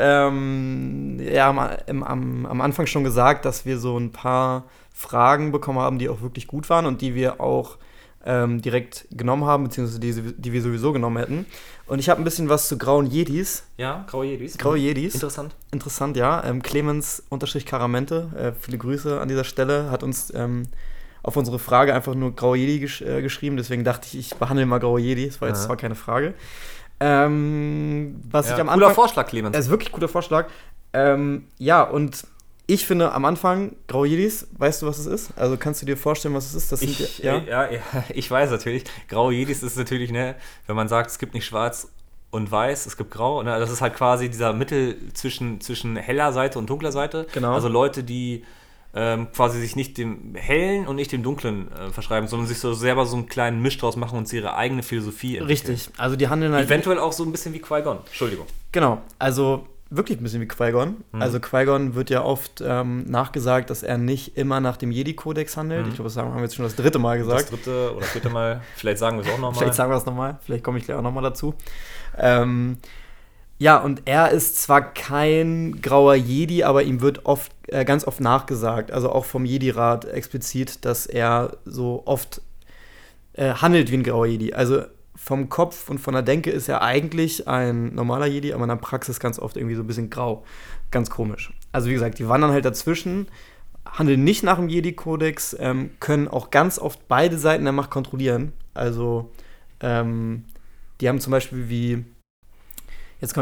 S3: am Anfang schon gesagt, dass wir so ein paar Fragen bekommen haben, die auch wirklich gut waren und die wir auch direkt genommen haben, beziehungsweise die wir sowieso genommen hätten. Und ich habe ein bisschen was zu grauen Jedis.
S2: Ja, graue Jedis.
S3: Graue Jedis.
S2: Interessant.
S3: Interessant, ja. Clemens-Karamente, viele Grüße an dieser Stelle, hat uns auf unsere Frage einfach nur graue Jedi geschrieben. Deswegen dachte ich behandle mal graue Jedi. Das war jetzt zwar keine Frage. Ich am Anfang...
S2: Cooler Vorschlag, Clemens.
S3: Das ist wirklich ein guter Vorschlag. Und ich finde am Anfang, graue Jedis, weißt du, was es ist? Also kannst du dir vorstellen, was es ist?
S2: Ich weiß natürlich. Graue Jedis ist natürlich, ne, wenn man sagt, es gibt nicht schwarz und weiß, es gibt grau. Ne, das ist halt quasi dieser Mittel zwischen heller Seite und dunkler Seite.
S3: Genau.
S2: Also Leute, die quasi sich nicht dem Hellen und nicht dem Dunklen verschreiben, sondern sich so selber so einen kleinen Misch draus machen und ihre eigene Philosophie entwickeln.
S3: Richtig, also die handeln halt...
S2: Eventuell auch so ein bisschen wie Qui-Gon. Entschuldigung.
S3: Genau, also wirklich ein bisschen wie Qui-Gon. Also Qui-Gon wird ja oft nachgesagt, dass er nicht immer nach dem Jedi-Kodex handelt. Ich glaube, das haben wir jetzt schon das 3. Mal gesagt.
S2: Das 3. oder 4. Mal. Vielleicht sagen wir es auch nochmal.
S3: Vielleicht sagen wir es nochmal. Vielleicht komme ich gleich auch nochmal dazu. Ja, und er ist zwar kein grauer Jedi, aber ihm wird ganz oft nachgesagt, also auch vom Jedi-Rat explizit, dass er so oft handelt wie ein grauer Jedi. Also vom Kopf und von der Denke ist er eigentlich ein normaler Jedi, aber in der Praxis ganz oft irgendwie so ein bisschen grau. Ganz komisch. Also wie gesagt, die wandern halt dazwischen, handeln nicht nach dem Jedi-Kodex, können auch ganz oft beide Seiten der Macht kontrollieren. Also die haben zum Beispiel wie jetzt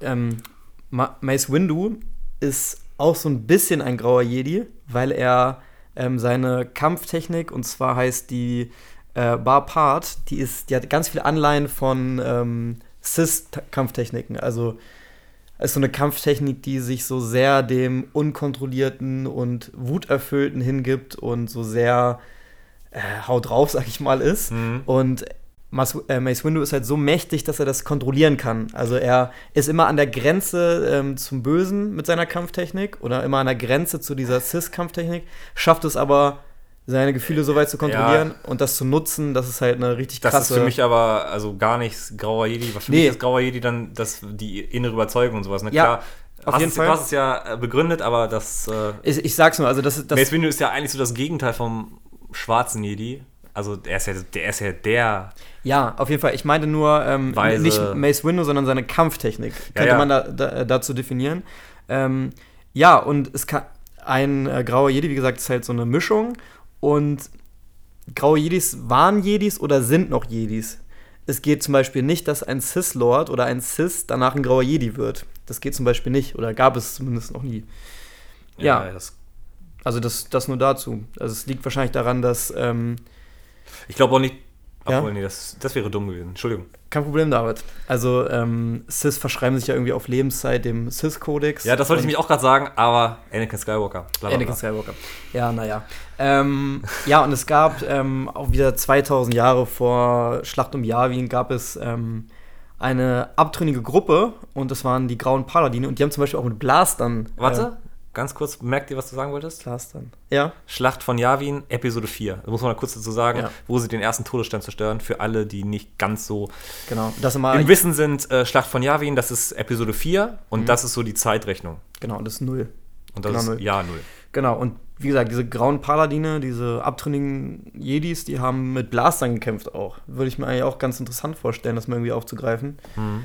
S3: Mace Windu ist auch so ein bisschen ein grauer Jedi, weil er seine Kampftechnik, und zwar heißt die Bar Part, die hat ganz viele Anleihen von Sith-Kampftechniken. Also es ist so eine Kampftechnik, die sich so sehr dem Unkontrollierten und Wuterfüllten hingibt und so sehr haut drauf, sag ich mal, ist. Und Mace Windu ist halt so mächtig, dass er das kontrollieren kann. Also er ist immer an der Grenze zum Bösen mit seiner Kampftechnik oder immer an der Grenze zu dieser Sith-Kampftechnik, schafft es aber, seine Gefühle so weit zu kontrollieren und das zu nutzen, das ist halt eine richtig krasse...
S2: Das ist für mich aber also gar nicht grauer Jedi. Für mich ist grauer Jedi dann die innere Überzeugung und sowas. Ne?
S3: Ja,
S2: klar,
S3: auf jeden Fall.
S2: Du hast es ja begründet, aber das...
S3: Ich sag's nur, also das
S2: Mace Windu ist ja eigentlich so das Gegenteil vom schwarzen Jedi. Also der ist ja der...
S3: Ja, auf jeden Fall. Ich meinte nur nicht Mace Windu, sondern seine Kampftechnik. Könnte man dazu definieren. Und es kann ein grauer Jedi, wie gesagt, ist halt so eine Mischung. Und graue Jedis waren Jedis oder sind noch Jedis. Es geht zum Beispiel nicht, dass ein Sith-Lord oder ein Sith danach ein grauer Jedi wird. Das geht zum Beispiel nicht. Oder gab es zumindest noch nie. Ja. Also das nur dazu. Also es liegt wahrscheinlich daran, dass
S2: ich glaube auch nicht. Obwohl, nee, das wäre dumm gewesen. Entschuldigung.
S3: Kein Problem, David. Also, Sith verschreiben sich ja irgendwie auf Lebenszeit dem Sith-Kodex.
S2: Ja, das wollte ich mich auch gerade sagen, aber Anakin Skywalker.
S3: Anakin Skywalker. Ja, naja. Und es gab auch wieder 2000 Jahre vor Schlacht um Yavin gab es eine abtrünnige Gruppe und das waren die Grauen Paladine und die haben zum Beispiel auch mit Blastern...
S2: Warte, ganz kurz, merkt ihr, was du sagen wolltest?
S3: Klar's dann. Ja.
S2: Schlacht von Yavin, Episode 4. Da muss man mal kurz dazu sagen,
S3: Ja.
S2: wo sie den ersten Todesstern zerstören, für alle, die nicht ganz so
S3: Genau. Das immer,
S2: im Wissen sind. Schlacht von Yavin, das ist Episode 4 und das ist so die Zeitrechnung.
S3: genau, das ist 0.
S2: Und das
S3: Genau,
S2: ist
S3: 0.
S2: Jahr 0.
S3: Genau, und wie gesagt, diese grauen Paladine, diese abtrünnigen Jedis, die haben mit Blastern gekämpft auch. Würde ich mir eigentlich auch ganz interessant vorstellen, das mal irgendwie aufzugreifen.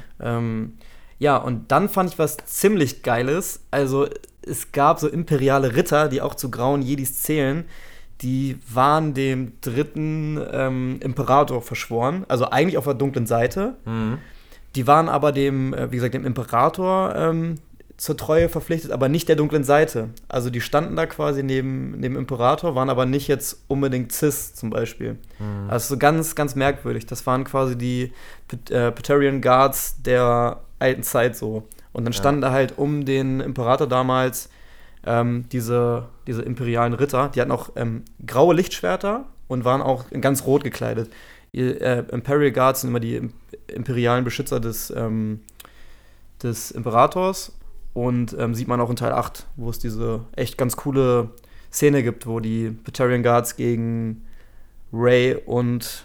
S3: Ja, und dann fand ich was ziemlich Geiles. Also es gab so imperiale Ritter, die auch zu grauen Jedis zählen. Die waren dem dritten Imperator verschworen. Also eigentlich auf der dunklen Seite. Die waren aber dem Imperator zur Treue verpflichtet, aber nicht der dunklen Seite. Also die standen da quasi neben dem Imperator, waren aber nicht jetzt unbedingt Cis zum Beispiel. Also so ganz, ganz merkwürdig. Das waren quasi die Praetorian Guards der alten Zeit so. Und dann standen da halt um den Imperator damals diese imperialen Ritter. Die hatten auch graue Lichtschwerter und waren auch in ganz rot gekleidet. Imperial Guards sind immer die imperialen Beschützer des Imperators. Und sieht man auch in Teil 8, wo es diese echt ganz coole Szene gibt, wo die Praetorian Guards gegen Rey und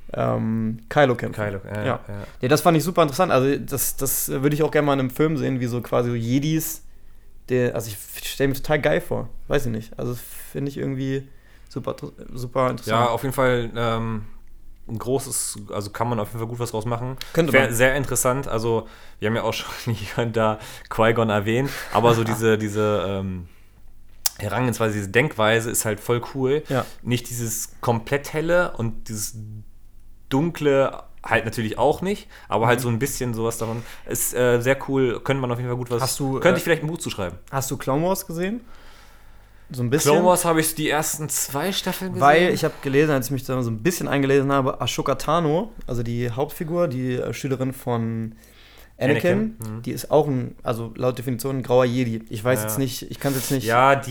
S3: Kylo kämpfen. Ja, das fand ich super interessant. Also das würde ich auch gerne mal in einem Film sehen, wie so quasi so Jedis. Also ich stelle mir total geil vor. Weiß ich nicht. Also finde ich irgendwie super, super interessant.
S2: Ja, auf jeden Fall ein großes, also kann man auf jeden Fall gut was draus machen.
S3: Könnte man.
S2: Sehr interessant. Also wir haben ja auch schon hier und da Qui-Gon erwähnt, aber so diese Herangehensweise, diese Denkweise ist halt voll cool.
S3: Ja.
S2: Nicht dieses komplett helle und dieses dunkle halt natürlich auch nicht, aber halt so ein bisschen sowas davon. Ist sehr cool, könnte man auf jeden Fall gut was. Könnte ich vielleicht ein Buch zuschreiben.
S3: Hast du Clone Wars gesehen? So ein bisschen.
S2: Clone Wars habe ich die ersten 2 Staffeln gesehen.
S3: Weil ich habe gelesen, als ich mich da so ein bisschen eingelesen habe, Ahsoka Tano, also die Hauptfigur, die Schülerin von Anakin. Die ist auch also laut Definition ein grauer Jedi. Ich weiß jetzt nicht, ich kann es jetzt nicht.
S2: Ja,
S3: also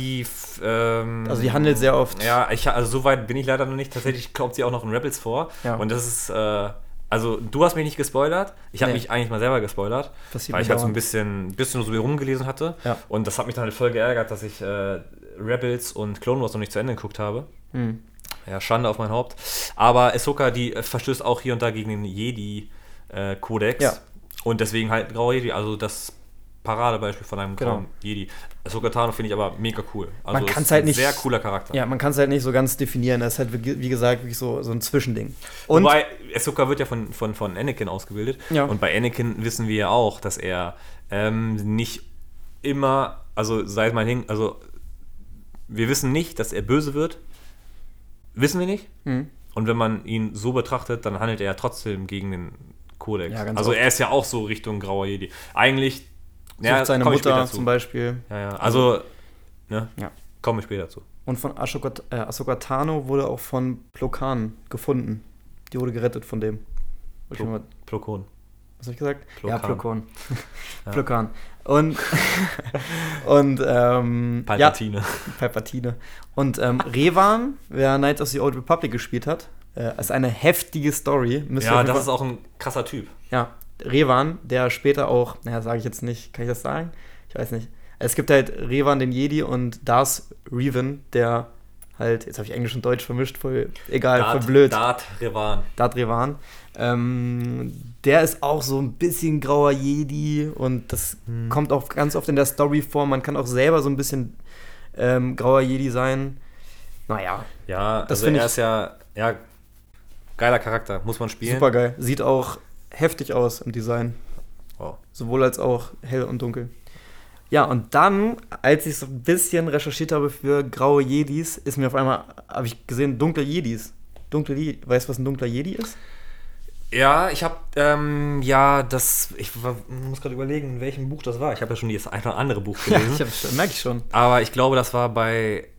S3: die handelt sehr oft.
S2: Ja, also so weit bin ich leider noch nicht. Tatsächlich kommt sie auch noch in Rebels vor. Ja. Und das ist, also du hast mich nicht gespoilert. Ich habe mich eigentlich mal selber gespoilert, weil ich halt so ein bisschen so rumgelesen hatte. Ja. Und das hat mich dann halt voll geärgert, dass ich Rebels und Clone Wars noch nicht zu Ende geguckt habe. Ja, Schande auf mein Haupt. Aber Ahsoka, die verstößt auch hier und da gegen den Jedi-Kodex. Ja. Und deswegen halt grauer Jedi, also das Paradebeispiel von einem grauen Jedi. Ahsoka Tano finde ich aber mega cool. Also
S3: man kann es halt nicht,
S2: sehr cooler Charakter.
S3: Ja, man kann es halt nicht so ganz definieren. Das ist halt, wie gesagt, wirklich so ein Zwischending.
S2: Und wobei, Ahsoka wird ja von Anakin ausgebildet. Ja. Und bei Anakin wissen wir ja auch, dass er nicht immer, also sei es mal hin, also wir wissen nicht, dass er böse wird. Wissen wir nicht. Und wenn man ihn so betrachtet, dann handelt er ja trotzdem gegen den Kodex. Ja, also er ist ja auch so Richtung grauer Jedi. Eigentlich
S3: seine Mutter zum Beispiel.
S2: Ja. Also, komme ich später zu.
S3: Und von Ahsoka Tano wurde auch von Plo Koon gefunden. Die wurde gerettet von dem.
S2: Plo Koon.
S3: Was habe ich gesagt?
S2: Plo
S3: Plo Koon. Plo Koon. Und
S2: Palpatine.
S3: Palpatine. Und Revan, wer Knights of the Old Republic gespielt hat, ist eine heftige Story.
S2: Das ist auch ein krasser Typ.
S3: Ja, Revan, der später auch, sage ich jetzt nicht, kann ich das sagen? Ich weiß nicht. Es gibt halt Revan den Jedi und Darth Revan, der halt, jetzt habe ich Englisch und Deutsch vermischt, voll egal, voll blöd.
S2: Darth Revan.
S3: Der ist auch so ein bisschen grauer Jedi und das kommt auch ganz oft in der Story vor. Man kann auch selber so ein bisschen grauer Jedi sein. Naja.
S2: Ja, das also er ist ja geiler Charakter, muss man spielen.
S3: Super geil. Sieht auch heftig aus im Design.
S2: Wow.
S3: Sowohl als auch hell und dunkel. Ja, und dann, als ich so ein bisschen recherchiert habe für graue Jedis, ist mir auf einmal, habe ich gesehen, dunkle Jedis. Weißt du, was ein dunkler Jedi ist?
S2: Ja, ich habe, ich muss gerade überlegen, in welchem Buch das war. Ich habe ja schon das eine oder andere Buch gelesen.
S3: Merke ich schon.
S2: Aber ich glaube, das war bei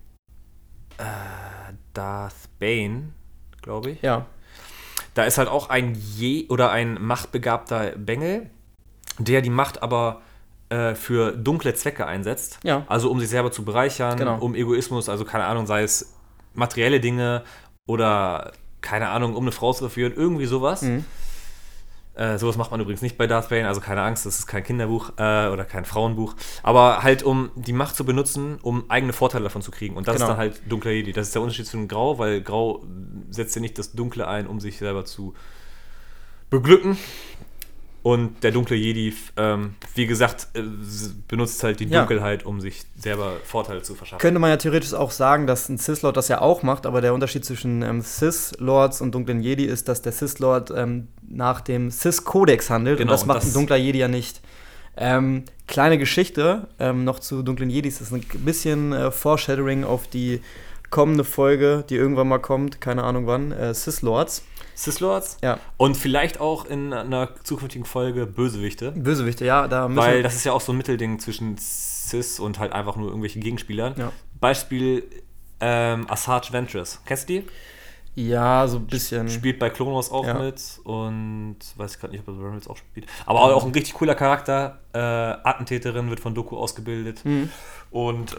S2: Darth Bane, glaube ich.
S3: Ja.
S2: Da ist halt auch ein machtbegabter Bengel, der die Macht aber für dunkle Zwecke einsetzt.
S3: Ja.
S2: Also um sich selber zu bereichern, um Egoismus, also keine Ahnung, sei es materielle Dinge oder keine Ahnung, um eine Frau zu verführen, irgendwie sowas. Sowas macht man übrigens nicht bei Darth Bane, also keine Angst, das ist kein Kinderbuch oder kein Frauenbuch. Aber halt, um die Macht zu benutzen, um eigene Vorteile davon zu kriegen. Und das ist dann halt dunkler Jedi. Das ist der Unterschied zu Grau, weil Grau setzt ja nicht das Dunkle ein, um sich selber zu beglücken. Und der dunkle Jedi, wie gesagt, benutzt halt die Dunkelheit, um sich selber Vorteile zu verschaffen.
S3: Könnte man ja theoretisch auch sagen, dass ein Sith-Lord das ja auch macht, aber der Unterschied zwischen Sith-Lords und dunklen Jedi ist, dass der Sith-Lord nach dem Sith-Kodex handelt,
S2: genau,
S3: und das macht ein dunkler Jedi ja nicht. Kleine Geschichte noch zu dunklen Jedis, das ist ein bisschen Foreshadowing auf die kommende Folge, die irgendwann mal kommt, keine Ahnung wann, Sith-Lords.
S2: Sith-Lords?
S3: Ja.
S2: Und vielleicht auch in einer zukünftigen Folge Bösewichte.
S3: Bösewichte, ja.
S2: Weil das ist ja auch so ein Mittelding zwischen Sith und halt einfach nur irgendwelche Gegenspielern.
S3: Ja.
S2: Beispiel Asajj Ventress. Kennst du die?
S3: Ja, so ein bisschen.
S2: Spielt bei Clone Wars auch mit und weiß ich gerade nicht, ob er Rebels auch spielt. Aber auch ein richtig cooler Charakter. Attentäterin, wird von Dooku ausgebildet. Und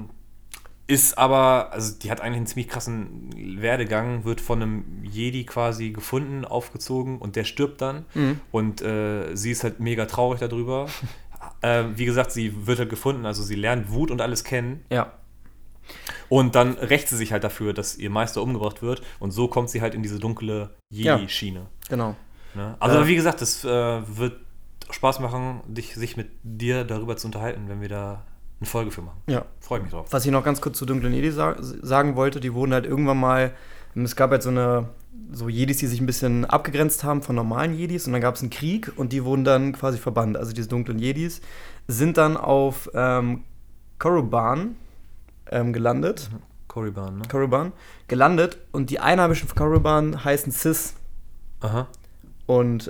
S2: ist aber, also die hat eigentlich einen ziemlich krassen Werdegang, wird von einem Jedi quasi gefunden, aufgezogen und der stirbt dann. Und sie ist halt mega traurig darüber. Wie gesagt, sie wird halt gefunden, also sie lernt Wut und alles kennen.
S3: Ja.
S2: Und dann rächt sie sich halt dafür, dass ihr Meister umgebracht wird. Und so kommt sie halt in diese dunkle Jedi-Schiene.
S3: Genau.
S2: Ne? Also wie gesagt, das wird Spaß machen, sich mit dir darüber zu unterhalten, wenn wir da eine Folge für machen.
S3: Ja.
S2: Freue mich drauf.
S3: Was ich noch ganz kurz zu dunklen Jedi sagen wollte, die wurden halt irgendwann mal, es gab halt so Jedis, die sich ein bisschen abgegrenzt haben von normalen Jedis, und dann gab es einen Krieg und die wurden dann quasi verbannt. Also diese dunklen Jedis sind dann auf Korriban gelandet.
S2: Korriban, ne?
S3: Korriban gelandet, und die Einheimischen von Korriban heißen Sith.
S2: Aha.
S3: Und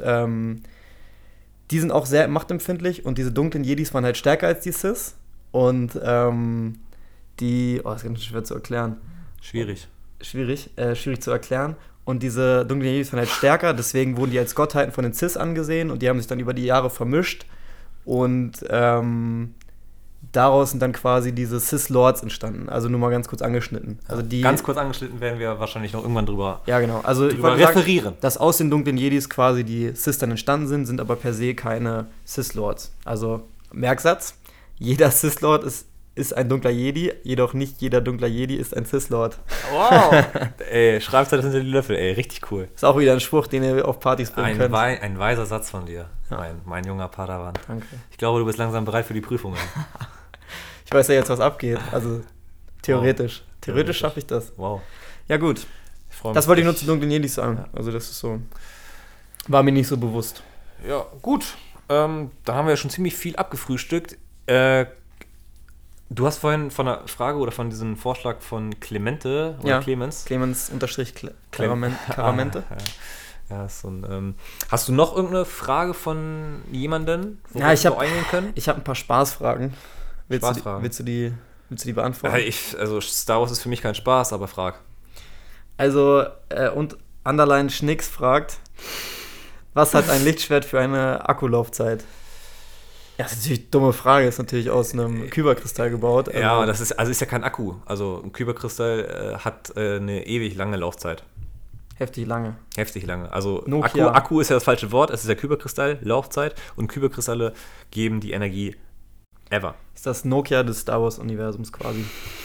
S3: die sind auch sehr machtempfindlich, und diese dunklen Jedis waren halt stärker als die Sith. Und das ist ganz schwer zu erklären. Schwierig zu erklären. Und diese dunklen Jedis waren halt stärker, deswegen wurden die als Gottheiten von den Sith angesehen, und die haben sich dann über die Jahre vermischt. Und daraus sind dann quasi diese Sith-Lords entstanden. Also nur mal ganz kurz angeschnitten. Also
S2: ganz kurz angeschnitten werden wir wahrscheinlich noch irgendwann drüber.
S3: Ja, genau. Also ich wollte referieren, dass aus den dunklen Jedis quasi die Sith dann entstanden sind aber per se keine Sith-Lords. Also Merksatz: Jeder Sith-Lord ist ein dunkler Jedi, jedoch nicht jeder dunkler Jedi ist ein Sith-Lord.
S2: Wow! Ey, schreibst du das hinter die Löffel, ey, richtig cool.
S3: Ist auch wieder ein Spruch, den ihr auf Partys bringen könnt.
S2: Ein weiser Satz von dir, mein junger Padawan.
S3: Danke.
S2: Ich glaube, du bist langsam bereit für die Prüfungen.
S3: Ich weiß ja jetzt, was abgeht, also theoretisch. Wow. Theoretisch schaffe ich das.
S2: Wow.
S3: Ja gut, das wollte ich nur zu dunklen Jedis sagen. Ja. Also das ist so, war mir nicht so bewusst.
S2: Ja, gut. Da haben wir ja schon ziemlich viel abgefrühstückt. Du hast vorhin von der Frage oder von diesem Vorschlag von Clemente oder Clemens.
S3: Caramante.
S2: Ja, ist so ein, hast du noch irgendeine Frage von jemandem,
S3: wo wir eingehen können? Ich habe ein paar Spaßfragen. Willst du die beantworten?
S2: Also Star Wars ist für mich kein Spaß, aber frag.
S3: Also, und Underline Schnicks fragt, was hat ein Lichtschwert für eine Akkulaufzeit? Ja, das ist natürlich eine dumme Frage, ist natürlich aus einem Kyberkristall gebaut.
S2: Ja, das ist ja kein Akku. Also ein Kyberkristall hat eine ewig lange Laufzeit.
S3: Heftig lange.
S2: Also
S3: Nokia.
S2: Akku ist ja das falsche Wort, es ist der Kyberkristall, Laufzeit, und Kyberkristalle geben die Energie ever.
S3: Ist das Nokia des Star Wars-Universums quasi.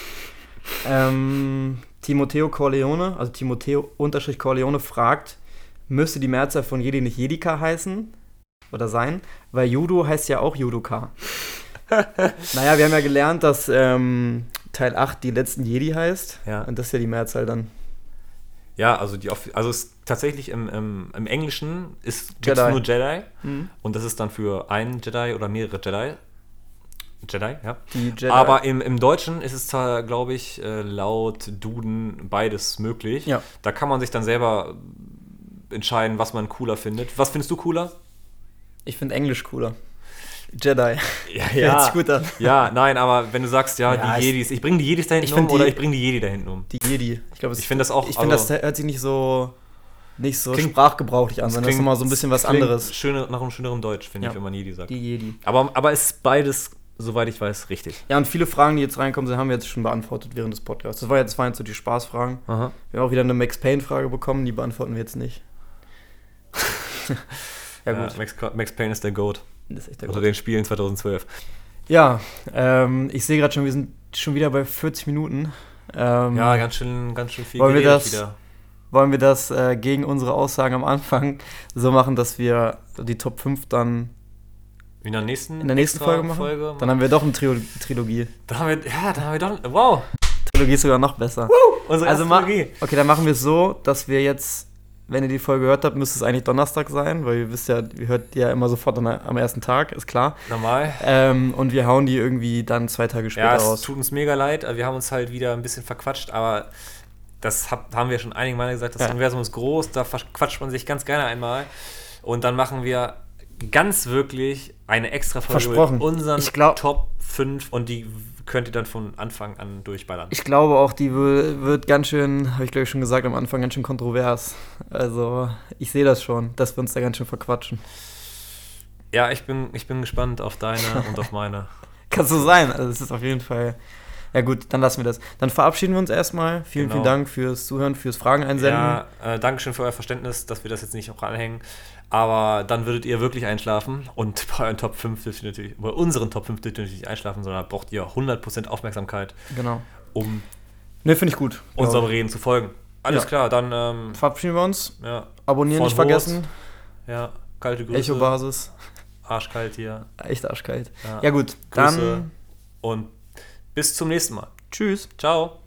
S3: Timoteo Corleone, also Timoteo_Corleone fragt, müsste die Mehrzahl von Jedi nicht Jedika heißen oder sein? Weil Judo heißt ja auch Judoka. Naja, wir haben ja gelernt, dass Teil 8 die letzten Jedi heißt.
S2: Ja.
S3: Und das ist ja die Mehrzahl dann.
S2: Ja, also es tatsächlich im Englischen gibt es nur Jedi. Und das ist dann für einen Jedi oder mehrere Jedi. Ja.
S3: Jedi.
S2: Aber im Deutschen ist es, glaube ich, laut Duden beides möglich.
S3: Ja.
S2: Da kann man sich dann selber entscheiden, was man cooler findet. Was findest du cooler?
S3: Ich finde Englisch cooler. Jedi.
S2: Ja.
S3: Hört sich gut an.
S2: Ja, nein, aber wenn du sagst, die Jedis, ich bringe die Jedis da hinten oder ich bringe die Jedi da hinten um.
S3: Die Jedi.
S2: Ich finde das auch.
S3: Ich finde, das hört sich nicht so sprachgebrauchlich an, sondern das ist immer so ein bisschen was anderes.
S2: Nach einem schöneren Deutsch, finde ich, wenn man Jedi sagt.
S3: Die Jedi.
S2: Aber es ist beides, soweit ich weiß, richtig.
S3: Ja, und viele Fragen, die jetzt reinkommen sind, haben wir jetzt schon beantwortet während des Podcasts. Das waren jetzt so die Spaßfragen.
S2: Aha.
S3: Wir haben auch wieder eine Max Payne-Frage bekommen, die beantworten wir jetzt nicht. Ja, gut.
S2: Max Payne ist der GOAT.
S3: Das ist echt der
S2: Unter
S3: Grund.
S2: den Spielen 2012.
S3: Ja, ich sehe gerade schon, wir sind schon wieder bei 40 Minuten.
S2: Ja, ganz schön viel
S3: wollen wir
S2: geredet
S3: das-
S2: wieder.
S3: Wollen wir das gegen unsere Aussagen am Anfang so machen, dass wir die Top 5 dann
S2: In der nächsten
S3: extra Folge machen? Dann haben wir doch eine Trilogie.
S2: Da haben wir doch. Wow!
S3: Trilogie ist sogar noch besser.
S2: Unsere
S3: Also
S2: erste Trilogie.
S3: Okay, dann machen wir es so, dass wir jetzt, wenn ihr die Folge gehört habt, müsste es eigentlich Donnerstag sein, weil ihr wisst ja, ihr hört die ja immer sofort am ersten Tag, ist klar.
S2: Normal.
S3: Und wir hauen die irgendwie dann 2 Tage später
S2: Ja, es
S3: raus.
S2: tut uns mega leid. Wir haben uns halt wieder ein bisschen verquatscht, aber das haben wir schon einige Male gesagt. Das Universum ist groß, da verquatscht man sich ganz gerne einmal. Und dann machen wir ganz wirklich eine extra Folge
S3: Versprochen.
S2: mit unseren
S3: Ich glaub-
S2: Top 5 und die könnt ihr dann von Anfang an durchballern.
S3: Ich glaube auch, die wird ganz schön, habe ich glaube ich schon gesagt am Anfang, ganz schön kontrovers. Also ich sehe das schon, dass wir uns da ganz schön verquatschen.
S2: Ja, ich bin gespannt auf deine und auf meine.
S3: Kann so sein, also es ist auf jeden Fall... Ja gut, dann lassen wir das. Dann verabschieden wir uns erstmal. Vielen
S2: Genau.
S3: Dank fürs Zuhören, fürs Fragen einsenden.
S2: Ja, Dankeschön für euer Verständnis, dass wir das jetzt nicht noch ranhängen. Aber dann würdet ihr wirklich einschlafen. Und bei euren Top 5 dürft ihr natürlich, bei unseren Top 5 dürft ihr natürlich nicht einschlafen, sondern braucht ihr 100% Aufmerksamkeit,
S3: Genau.
S2: um
S3: Ne, finde ich gut.
S2: unserem Reden zu folgen. Alles
S3: Ja.
S2: klar, dann
S3: Verabschieden wir uns.
S2: ja,
S3: Abonnieren
S2: Von
S3: nicht vergessen.
S2: ja, kalte Grüße.
S3: Echo-Basis.
S2: Arschkalt hier.
S3: Echt arschkalt.
S2: Ja.
S3: Ja gut,
S2: Grüße
S3: dann
S2: und bis zum nächsten Mal.
S3: tschüss.
S2: Ciao.